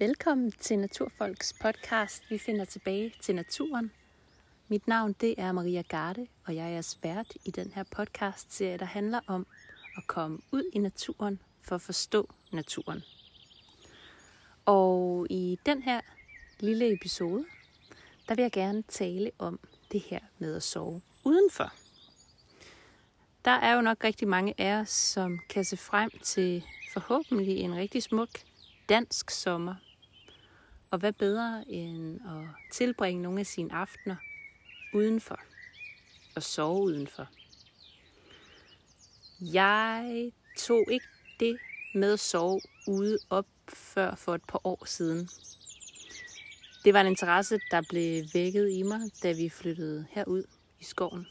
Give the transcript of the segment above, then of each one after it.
Velkommen til Naturfolks podcast. Vi finder tilbage til naturen. Mit navn det er Maria Garde, og jeg er jeres vært i den her podcast-serie, der handler om at komme ud i naturen for at forstå naturen. Og i den her lille episode, der vil jeg gerne tale om det her med at sove udenfor. Der er jo nok rigtig mange af os, som kan se frem til forhåbentlig en rigtig smuk dansk sommer. Og hvad bedre end at tilbringe nogle af sine aftener udenfor og sove udenfor. Jeg tog ikke det med at sove ude op før for et par år siden. Det var en interesse, der blev vækket i mig, da vi flyttede herud i skoven.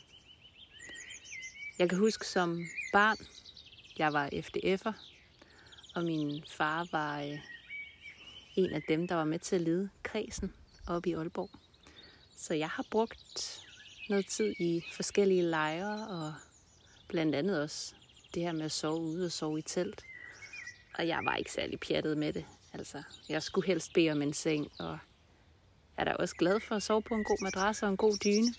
Jeg kan huske som barn, jeg var FDF'er, og min far var en af dem, der var med til at lede kredsen oppe i Aalborg. Så jeg har brugt noget tid i forskellige lejre, og blandt andet også det her med at sove ude og sove i telt. Og jeg var ikke særlig pjattet med det. Altså, jeg skulle helst bede om en seng, og jeg er da også glad for at sove på en god madras og en god dyne.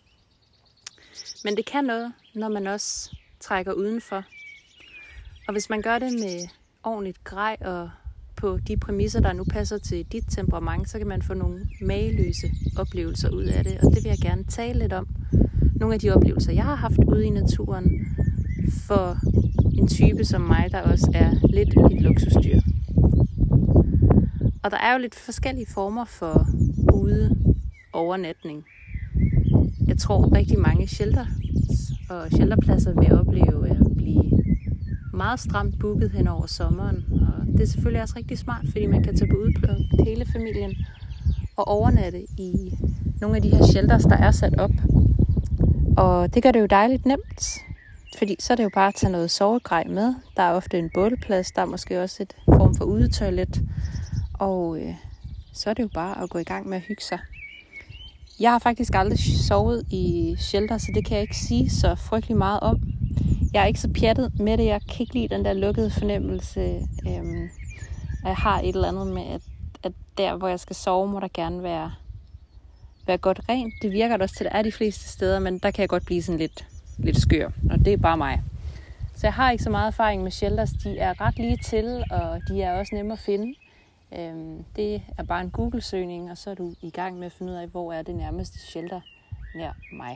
Men det kan noget, når man også trækker udenfor. Og hvis man gør det med ordentligt grej og på de præmisser, der nu passer til dit temperament, så kan man få nogle mageløse oplevelser ud af det. Og det vil jeg gerne tale lidt om. Nogle af de oplevelser, jeg har haft ude i naturen for en type som mig, der også er lidt et luksusdyr. Og der er jo lidt forskellige former for ude overnatning. Jeg tror rigtig mange shelter og shelterpladser vil opleve at blive meget stramt booket hen over sommeren. Og det er selvfølgelig også rigtig smart, fordi man kan tage på udpluk hele familien og overnatte i nogle af de her shelters, der er sat op. Og det gør det jo dejligt nemt, fordi så er det jo bare at tage noget sovegrej med. Der er ofte en bålplads, der er måske også et form for udetoilet. Og så er det jo bare at gå i gang med at hygge sig. Jeg har faktisk aldrig sovet i shelter, så det kan jeg ikke sige så frygtelig meget om. Jeg er ikke så pjattet med det. Jeg kan ikke lide den der lukkede fornemmelse. Jeg har et eller andet med, at der, hvor jeg skal sove, må der gerne være godt rent. Det virker også til, at det er de fleste steder, men der kan jeg godt blive sådan lidt skør. Og det er bare mig. Så jeg har ikke så meget erfaring med shelters. De er ret lige til, og de er også nemme at finde. Det er bare en Google-søgning, og så er du i gang med at finde ud af, hvor er det nærmeste shelter nær mig.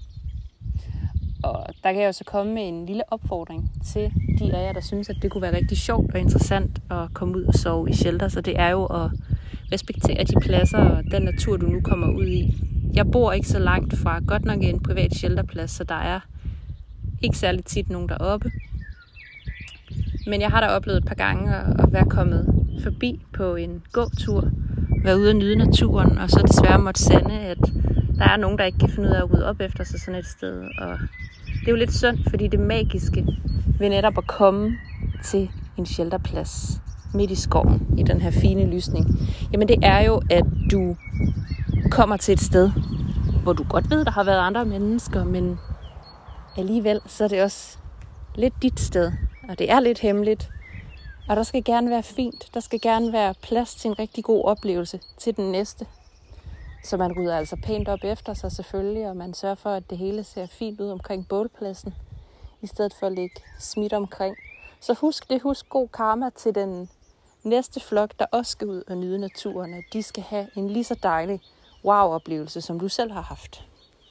Og der kan jeg jo så komme med en lille opfordring til de af jer, der synes, at det kunne være rigtig sjovt og interessant at komme ud og sove i shelter. Så det er jo at respektere de pladser og den natur, du nu kommer ud i. Jeg bor ikke så langt fra godt nok en privat shelterplads, så der er ikke særlig tit nogen deroppe. Men jeg har da oplevet et par gange at være kommet forbi på en gåtur, være ude og nyde naturen, og så desværre måtte sande, at der er nogen, der ikke kan finde ud af at rydde op efter sig sådan et sted. Og det er jo lidt synd, fordi det magiske ved netop at komme til en shelterplads midt i skoven, i den her fine lysning, jamen det er jo, at du kommer til et sted, hvor du godt ved, der har været andre mennesker, men alligevel så er det også lidt dit sted, og det er lidt hemmeligt. Og der skal gerne være fint, der skal gerne være plads til en rigtig god oplevelse til den næste. Så man rydder altså pænt op efter sig selvfølgelig, og man sørger for, at det hele ser fint ud omkring bålpladsen, i stedet for at lægge smidt omkring. Så husk god karma til den næste flok, der også skal ud og nyde naturen, at de skal have en lige så dejlig wow-oplevelse, som du selv har haft.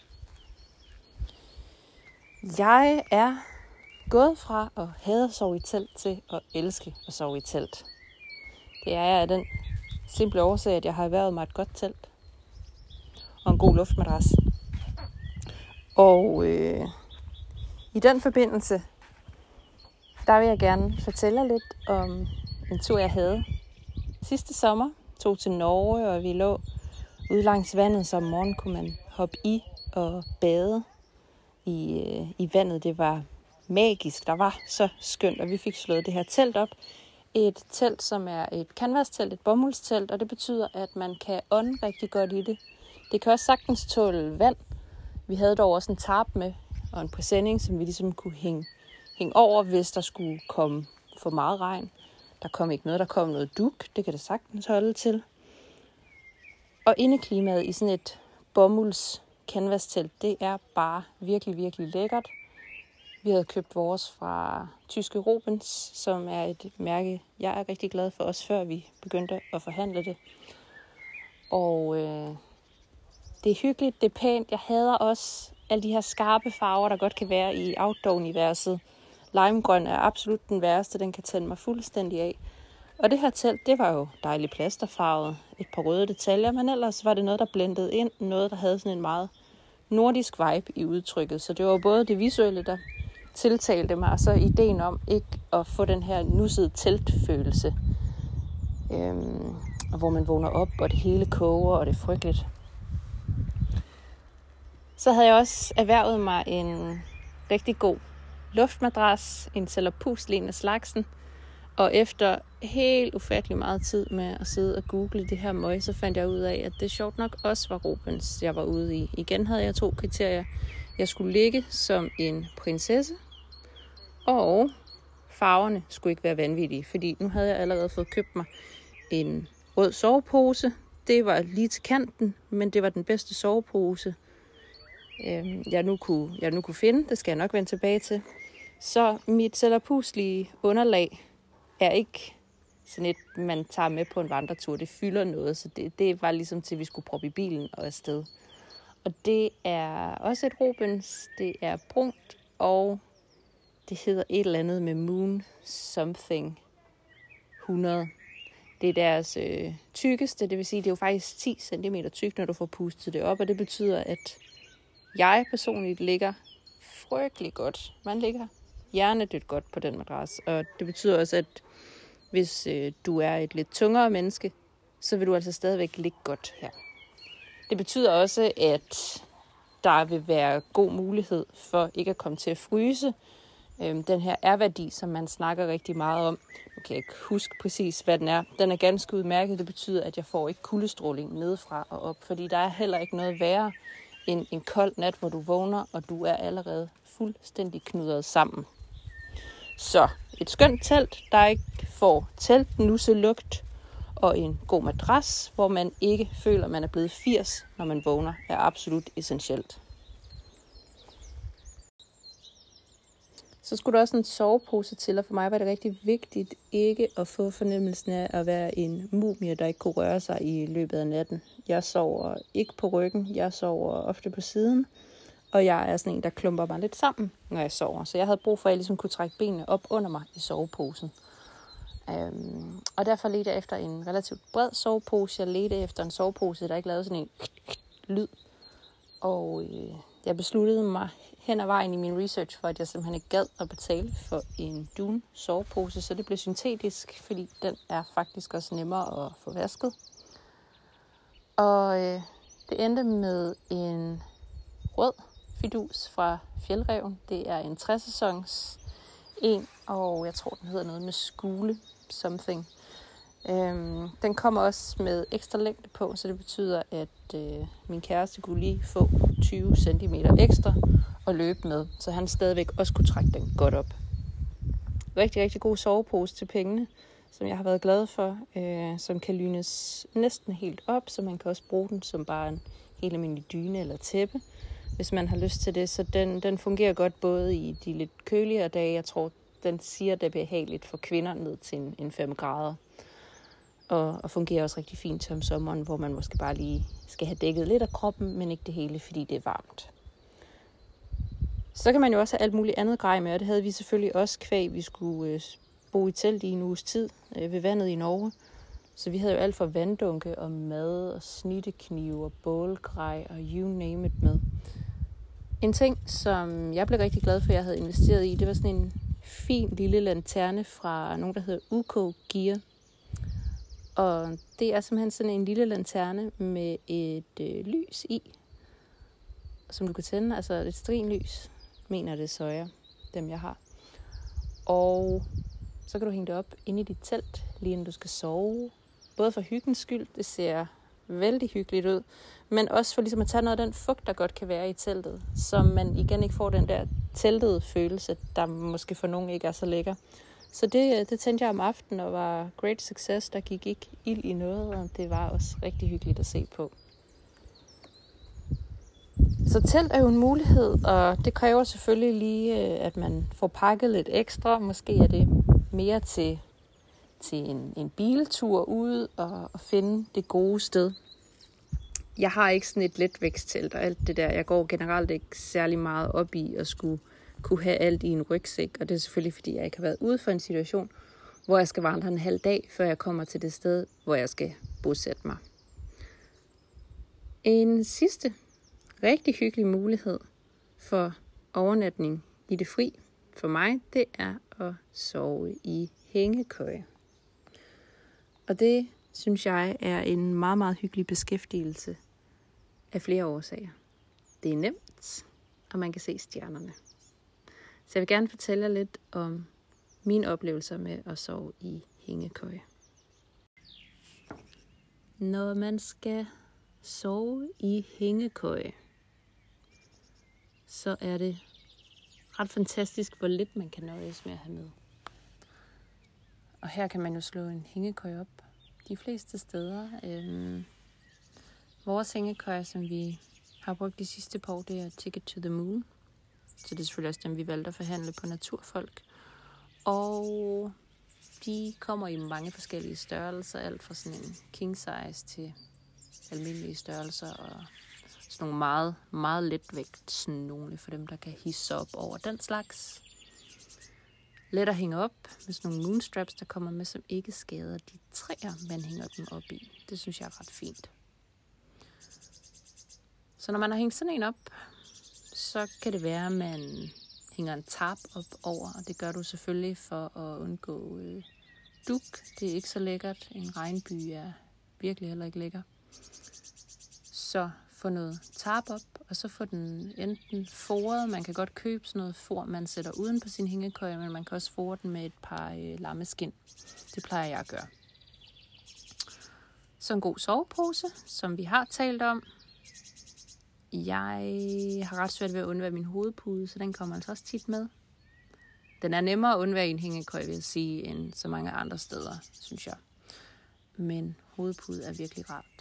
Jeg er gået fra at hade at sove i telt til at elske at sove i telt. Det er jeg af den simple årsag, at jeg har erhvervet mig et godt telt og en god luftmadras. Og i den forbindelse, der vil jeg gerne fortælle lidt om en tur, jeg havde sidste sommer. Tog til Norge, og vi lå ude langs vandet, så om morgenen kunne man hoppe i og bade i vandet. Det var magisk, der var så skønt, og vi fik slået det her telt op. Et telt, som er et canvas-telt, et bomuldstelt, og det betyder, at man kan ånde rigtig godt i det. Det kan også sagtens tåle vand. Vi havde dog også en tarp med, og en præsending, som vi ligesom kunne hænge over, hvis der skulle komme for meget regn. Der kom ikke noget. Der kom noget dug. Det kan det sagtens holde til. Og indeklimaet i sådan et bomulds canvas-telt, det er bare virkelig, virkelig lækkert. Vi havde købt vores fra tyske Robens, som er et mærke, jeg er rigtig glad for, også før vi begyndte at forhandle det. Og det er hyggeligt, det er pænt. Jeg hader også alle de her skarpe farver, der godt kan være i outdoor-universet. Limegrøn er absolut den værste, den kan tænde mig fuldstændig af. Og det her telt, det var jo dejligt plasterfarvet, et par røde detaljer, men ellers var det noget, der blendede ind, noget, der havde sådan en meget nordisk vibe i udtrykket. Så det var både det visuelle, der tiltalte mig, og så ideen om ikke at få den her nussede teltfølelse, hvor man vågner op, og det hele koger, og det er frygteligt. Så havde jeg også erhvervet mig en rigtig god luftmadras, en Tellapus-lignende slagsen, og efter helt ufattelig meget tid med at sidde og google det her møg, så fandt jeg ud af, at det sjovt nok også var Robens, jeg var ude i. Igen havde jeg 2 kriterier. Jeg skulle ligge som en prinsesse, og farverne skulle ikke være vanvittige, fordi nu havde jeg allerede fået købt mig en rød sovepose. Det var lige til kanten, men det var den bedste sovepose, jeg nu kunne finde. Det skal jeg nok vende tilbage til. Så mit Tellapus-lige underlag er ikke sådan et, man tager med på en vandretur. Det fylder noget, så det var ligesom til, at vi skulle proppe i bilen og afsted. Og det er også et Robens. Det er brunt, og det hedder et eller andet med Moon Something 100. Det er deres tykkeste, det vil sige, det er jo faktisk 10 cm tyk, når du får pustet det op. Og det betyder, at jeg personligt ligger frygtelig godt. Man ligger hjernedødt godt på den madras. Og det betyder også, at hvis du er et lidt tungere menneske, så vil du altså stadigvæk ligge godt her. Det betyder også, at der vil være god mulighed for ikke at komme til at fryse. Den her R-værdi, som man snakker rigtig meget om. Nu kan jeg ikke huske præcis, hvad den er. Den er ganske udmærket. Det betyder, at jeg får ikke kuldestråling nedefra og op. Fordi der er heller ikke noget værre end en kold nat, hvor du vågner, og du er allerede fuldstændig knudret sammen. Så et skønt telt, der ikke får teltnusselugt, og en god madras, hvor man ikke føler, at man er blevet 80, når man vågner, er absolut essentielt. Så skulle der også en sovepose til, og for mig var det rigtig vigtigt ikke at få fornemmelsen af at være en mumie, der ikke kunne røre sig i løbet af natten. Jeg sover ikke på ryggen, jeg sover ofte på siden, og jeg er sådan en, der klumper mig lidt sammen, når jeg sover. Så jeg havde brug for, at jeg ligesom kunne trække benene op under mig i soveposen. Og derfor ledte jeg efter en relativt bred sovepose. Jeg ledte efter en sovepose, der ikke lavede sådan en lyd. Og jeg besluttede mig hen ad vejen i min research for, at jeg simpelthen ikke gad at betale for en Dune sovepose. Så det blev syntetisk, fordi den er faktisk også nemmere at få vasket. Og det endte med en rød fidus fra Fjällräven. Det er en 3-sæsons en, og jeg tror, den hedder noget med skule something. Den kommer også med ekstra længde på, så det betyder, at min kæreste kunne lige få 20 cm ekstra at løbe med, så han stadigvæk også kunne trække den godt op. Rigtig, rigtig god sovepose til pengene, som jeg har været glad for, som kan lynes næsten helt op, så man kan også bruge den som bare en helt almindelig dyne eller tæppe, hvis man har lyst til det. Så den fungerer godt både i de lidt køligere dage. Jeg tror, den siger, det er behageligt for kvinder ned til en 5 grader. Og fungerer også rigtig fint til om sommeren, hvor man måske bare lige skal have dækket lidt af kroppen, men ikke det hele, fordi det er varmt. Så kan man jo også have alt muligt andet grej med, og det havde vi selvfølgelig også kvæg. Vi skulle bo i telt i en uges tid ved vandet i Norge. Så vi havde jo alt fra vanddunke og mad og snitteknive og bålgrej og you name it med. En ting, som jeg blev rigtig glad for, jeg havde investeret i, det var sådan en fin lille lanterne fra nogen, der hedder UK Gear. Og det er simpelthen sådan en lille lanterne med et lys i, som du kan tænde, altså et strinlys, mener det så er dem jeg har. Og så kan du hænge det op inde i dit telt, lige inden du skal sove. Både for hyggens skyld, det ser vældig hyggeligt ud, men også for ligesom at tage noget af den fugt, der godt kan være i teltet, så man igen ikke får den der teltede følelse, der måske for nogen ikke er så lækker. Så det tændte jeg om aftenen, og var great success. Der gik ikke ild i noget, og det var også rigtig hyggeligt at se på. Så telt er jo en mulighed, og det kræver selvfølgelig lige, at man får pakket lidt ekstra. Måske er det mere til en biltur ud og finde det gode sted. Jeg har ikke sådan et letvægtstelt og alt det der. Jeg går generelt ikke særlig meget op i at kunne have alt i en rygsæk. Og det er selvfølgelig, fordi jeg ikke har været ude for en situation, hvor jeg skal vandre en halv dag, før jeg kommer til det sted, hvor jeg skal bosætte mig. En sidste rigtig hyggelig mulighed for overnatning i det fri for mig, det er at sove i hængekøje. Og det synes jeg er en meget, meget hyggelig beskæftigelse af flere årsager. Det er nemt, og man kan se stjernerne. Så jeg vil gerne fortælle jer lidt om mine oplevelser med at sove i hængekøje. Når man skal sove i hængekøje, så er det ret fantastisk, hvor lidt man kan nøjes med at have med. Og her kan man jo slå en hængekøje op de fleste steder. Vores hængekøje, som vi har brugt de sidste par år, det er Ticket to the Moon. Så det er selvfølgelig også dem, vi valgte at forhandle på Naturfolk. Og de kommer i mange forskellige størrelser. Alt fra sådan en king size til almindelige størrelser. Og sådan nogle meget, meget letvægtsnole for dem, der kan hisse op over den slags. Let at hænge op med sådan nogle moonstraps, der kommer med, som ikke skader de træer, man hænger dem op i. Det synes jeg er ret fint. Så når man har hængt sådan en op, så kan det være, at man hænger en tarp op over, og det gør du selvfølgelig for at undgå dug. Det er ikke så lækkert. En regnby er virkelig heller ikke lækker. Så få noget tarp op, og så få den enten foret. Man kan godt købe sådan noget for, man sætter uden på sin hængekøje, men man kan også fore den med et par lammeskin. Det plejer jeg at gøre. Så en god sovepose, som vi har talt om. Jeg har ret svært ved at undvære min hovedpude, så den kommer altså også tit med. Den er nemmere at undvære i en hængekøje, vil jeg sige, end så mange andre steder, synes jeg. Men hovedpude er virkelig rart.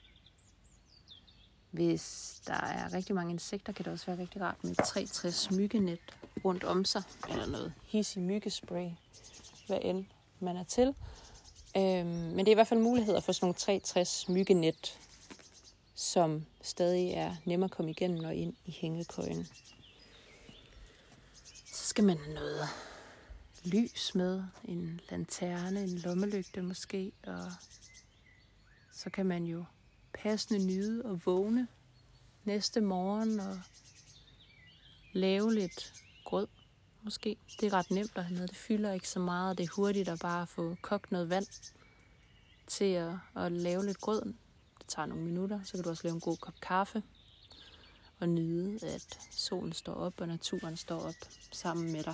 Hvis der er rigtig mange insekter, kan det også være rigtig rart med 360 myggenet rundt om sig, eller noget hissig myggespray, hvad end man er til. Men det er i hvert fald muligheder for sådan nogle 360 myggenet, som stadig er nemmere at komme igennem og ind i hængekøjen. Så skal man have noget lys med, en lanterne, en lommelygte måske, og så kan man jo passende nyde og vågne næste morgen og lave lidt grød måske. Det er ret nemt at have med, det fylder ikke så meget, det er hurtigt at bare få kogt noget vand til at lave lidt grød. Det tager nogle minutter, så kan du også lave en god kop kaffe og nyde, at solen står op og naturen står op sammen med dig.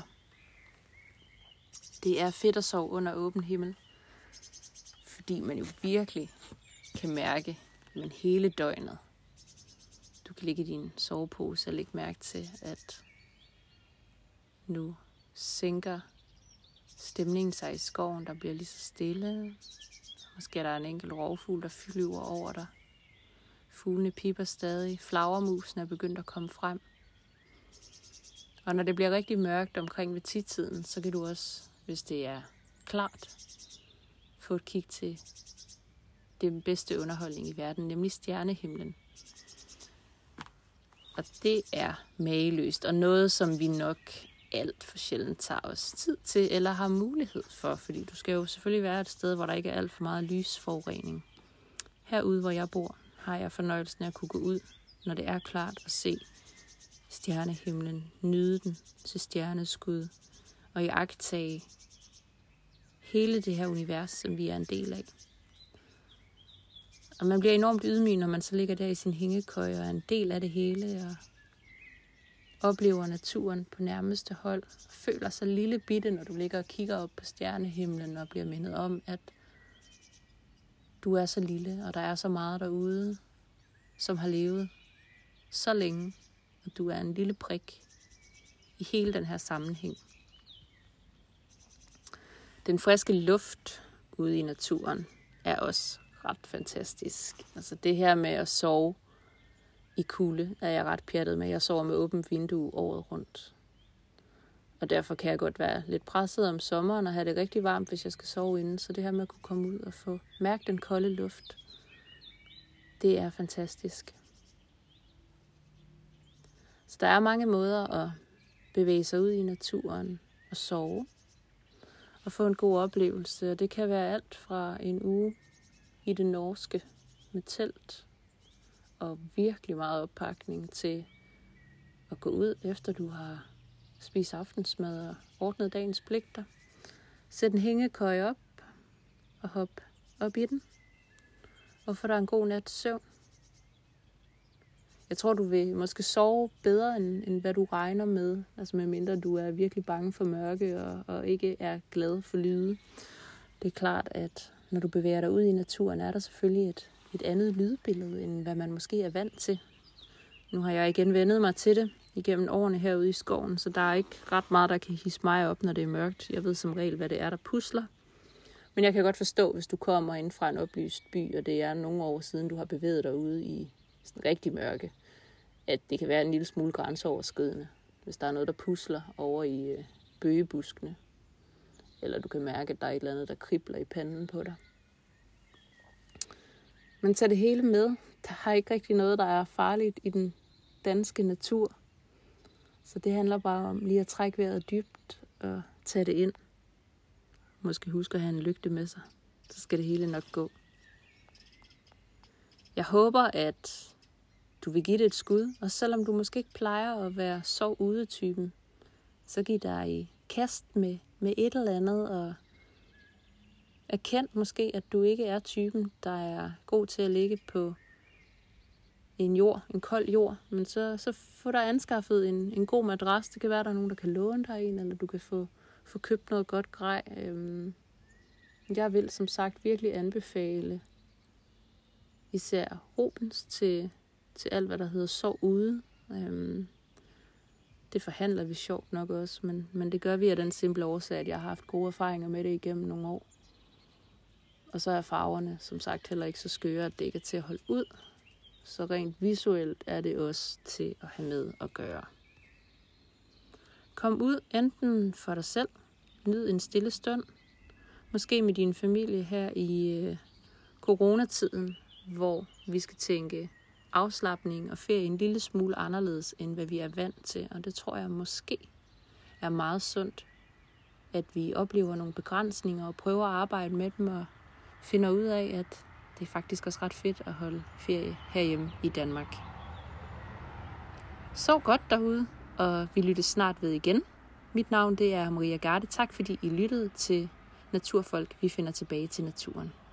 Det er fedt at sove under åben himmel, fordi man jo virkelig kan mærke, men hele døgnet. Du kan ligge i din sovepose og lægge mærke til, at nu sænker stemningen sig i skoven, der bliver lige så stille. Måske er der en enkelt rovfugl, der flyver over dig. Fuglene pipper stadig. Flagermusen er begyndt at komme frem. Og når det bliver rigtig mørkt omkring ved 10-tiden, så kan du også, hvis det er klart, få et kig til den bedste underholdning i verden, nemlig stjernehimlen. Og det er mageløst, og noget, som vi nok alt for sjældent tager os tid til, eller har mulighed for, fordi du skal jo selvfølgelig være et sted, hvor der ikke er alt for meget lysforurening. Herude, hvor jeg bor, har jeg fornøjelsen af at kunne gå ud, når det er klart, og se stjernehimlen, nyde den til stjerneskud, og iagttage hele det her univers, som vi er en del af. Og man bliver enormt ydmyg, når man så ligger der i sin hængekøje og er en del af det hele, og oplever naturen på nærmeste hold, og føler sig lille bitte, når du ligger og kigger op på stjernehimlen, og bliver mindet om, at du er så lille, og der er så meget derude, som har levet så længe, og du er en lille prik i hele den her sammenhæng. Den friske luft ude i naturen er også ret fantastisk. Altså det her med at sove i kulde er jeg ret pjattet med. Jeg sover med åbent vindue året rundt. Og derfor kan jeg godt være lidt presset om sommeren og have det rigtig varmt, hvis jeg skal sove inde. Så det her med at kunne komme ud og få mærke den kolde luft, det er fantastisk. Så der er mange måder at bevæge sig ud i naturen og sove og få en god oplevelse. Og det kan være alt fra en uge i det norske med telt og virkelig meget oppakning til at gå ud efter du har spist aftensmad og ordnet dagens pligter. Sæt en hængekøje op og hop op i den og få dig en god nats søvn. Jeg tror, du vil måske sove bedre, end hvad du regner med. Altså medmindre du er virkelig bange for mørke og ikke er glad for lyde. Det er klart, at når du bevæger dig ud i naturen, er der selvfølgelig et andet lydbillede, end hvad man måske er vant til. Nu har jeg igen vendet mig til det igennem årene herude i skoven, så der er ikke ret meget, der kan hisse mig op, når det er mørkt. Jeg ved som regel, hvad det er, der pusler. Men jeg kan godt forstå, hvis du kommer ind fra en oplyst by, og det er nogle år siden, du har bevæget dig ude i sådan rigtig mørke, at det kan være en lille smule grænseoverskridende, hvis der er noget, der pusler over i bøgebuskene. Eller du kan mærke, at der er et eller andet, der kribler i panden på dig. Men tag det hele med. Der har ikke rigtig noget, der er farligt i den danske natur. Så det handler bare om lige at trække vejret dybt og tage det ind. Måske huske at have en lygte med sig. Så skal det hele nok gå. Jeg håber, at du vil give det et skud. Og selvom du måske ikke plejer at være sov ude-typen, så giv dig i kast med et eller andet. Og erkend måske, at du ikke er typen, der er god til at ligge på en kold jord. Men så få dig anskaffet en god madras. Det kan være, der er nogen, der kan låne dig en, eller du kan få købt noget godt grej. Jeg vil som sagt virkelig anbefale især Rubens til alt, hvad der hedder sov ude. Det forhandler vi sjovt nok også, men det gør vi af den simple årsag, at jeg har haft gode erfaringer med det igennem nogle år. Og så er farverne som sagt heller ikke så skøre, at det ikke er til at holde ud. Så rent visuelt er det også til at have med at gøre. Kom ud enten for dig selv, nyd en stille stund, måske med din familie her i coronatiden, hvor vi skal tænke afslapning og ferie en lille smule anderledes, end hvad vi er vant til. Og det tror jeg måske er meget sundt, at vi oplever nogle begrænsninger og prøver at arbejde med dem og finder ud af, at det er faktisk også ret fedt at holde ferie herhjemme i Danmark. Sov godt derude, og vi lyttes snart ved igen. Mit navn det er Maria Garde. Tak fordi I lyttede til Naturfolk. Vi finder tilbage til naturen.